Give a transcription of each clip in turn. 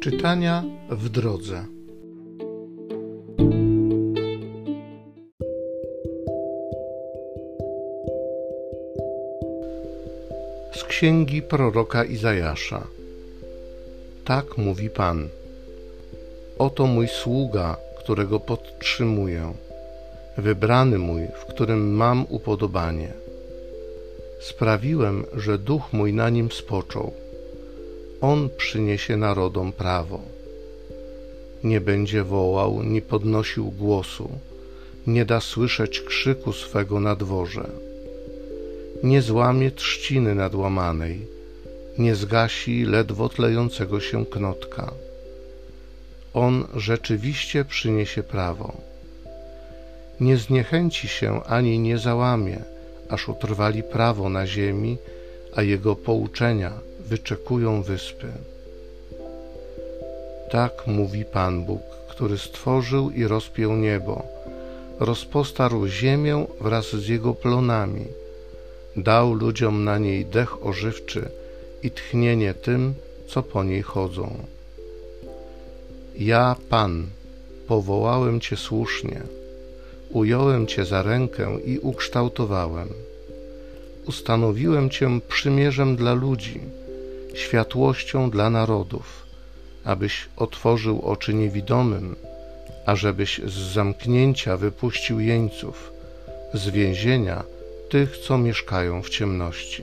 Czytania w drodze. Z księgi proroka Izajasza. Tak mówi Pan. Oto mój sługa, którego podtrzymuję, wybrany mój, w którym mam upodobanie. Sprawiłem, że duch mój na nim spoczął. On przyniesie narodom prawo. Nie będzie wołał, ni podnosił głosu, nie da słyszeć krzyku swego na dworze. Nie złamie trzciny nadłamanej, nie zgasi ledwo tlejącego się knotka. On rzeczywiście przyniesie prawo. Nie zniechęci się ani nie załamie, aż utrwali prawo na ziemi, a jego pouczenia wyczekują wyspy. Tak mówi Pan Bóg, który stworzył i rozpiął niebo, rozpostarł ziemię wraz z jego plonami, dał ludziom na niej dech ożywczy i tchnienie tym, co po niej chodzą. Ja, Pan, powołałem Cię słusznie, ująłem Cię za rękę i ukształtowałem. Ustanowiłem Cię przymierzem dla ludzi, światłością dla narodów, abyś otworzył oczy niewidomym, ażebyś z zamknięcia wypuścił jeńców, z więzienia tych, co mieszkają w ciemności.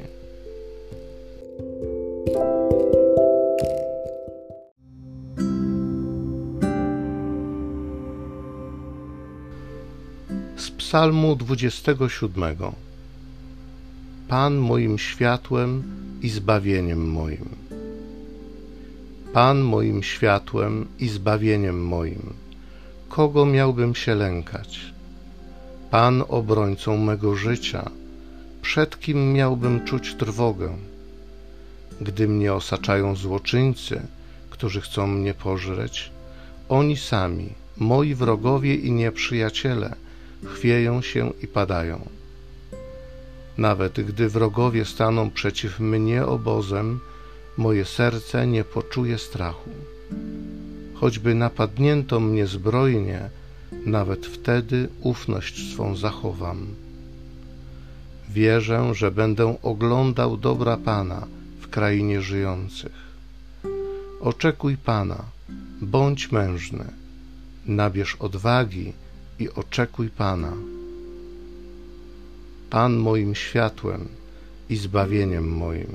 Z Psalmu 27. Pan moim światłem i zbawieniem moim. Pan moim światłem i zbawieniem moim. Kogo miałbym się lękać? Pan obrońcą mego życia. Przed kim miałbym czuć trwogę? Gdy mnie osaczają złoczyńcy, którzy chcą mnie pożreć, oni sami, moi wrogowie i nieprzyjaciele, chwieją się i padają. Nawet gdy wrogowie staną przeciw mnie obozem, moje serce nie poczuje strachu. Choćby napadnięto mnie zbrojnie, nawet wtedy ufność swą zachowam. Wierzę, że będę oglądał dobra Pana w krainie żyjących. Oczekuj Pana, bądź mężny, nabierz odwagi i oczekuj Pana. Pan moim światłem i zbawieniem moim.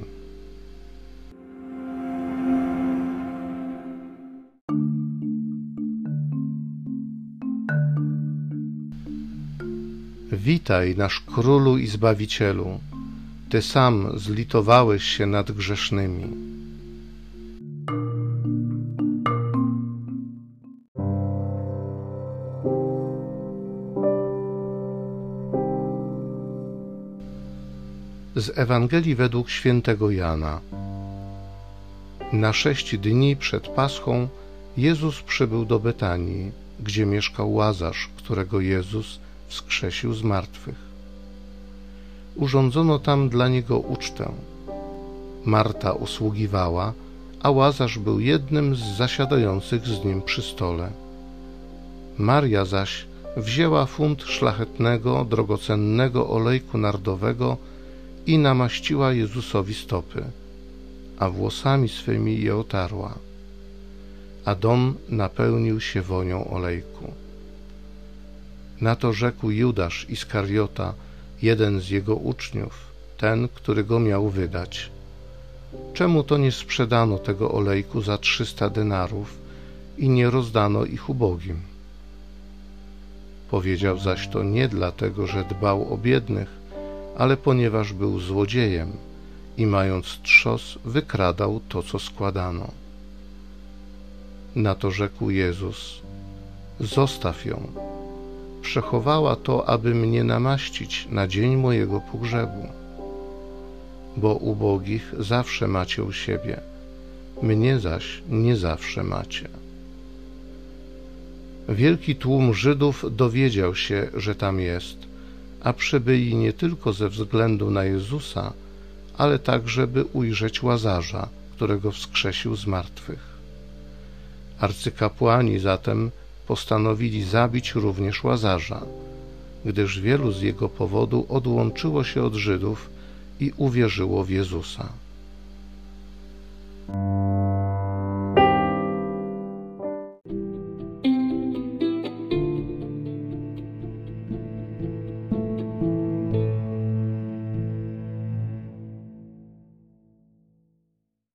Witaj, nasz Królu i Zbawicielu, Ty sam zlitowałeś się nad grzesznymi. Z Ewangelii według świętego Jana. Na 6 dni przed Paschą Jezus przybył do Betanii, gdzie mieszkał Łazarz, którego Jezus wskrzesił z martwych. Urządzono tam dla niego ucztę. Marta usługiwała, a Łazarz był jednym z zasiadających z nim przy stole. Maria zaś wzięła funt szlachetnego, drogocennego olejku nardowego i namaściła Jezusowi stopy, a włosami swymi je otarła. A dom napełnił się wonią olejku. Na to rzekł Judasz Iskariota, jeden z jego uczniów, ten, który go miał wydać: czemu to nie sprzedano tego olejku za 300 denarów i nie rozdano ich ubogim? Powiedział zaś to nie dlatego, że dbał o biednych, ale ponieważ był złodziejem i mając trzos wykradał to, co składano. Na to rzekł Jezus: zostaw ją. Przechowała to, aby mnie namaścić na dzień mojego pogrzebu. Bo ubogich zawsze macie u siebie, mnie zaś nie zawsze macie. Wielki tłum Żydów dowiedział się, że tam jest, a przybyli nie tylko ze względu na Jezusa, ale także by ujrzeć Łazarza, którego wskrzesił z martwych. Arcykapłani zatem postanowili zabić również Łazarza, gdyż wielu z jego powodu odłączyło się od Żydów i uwierzyło w Jezusa.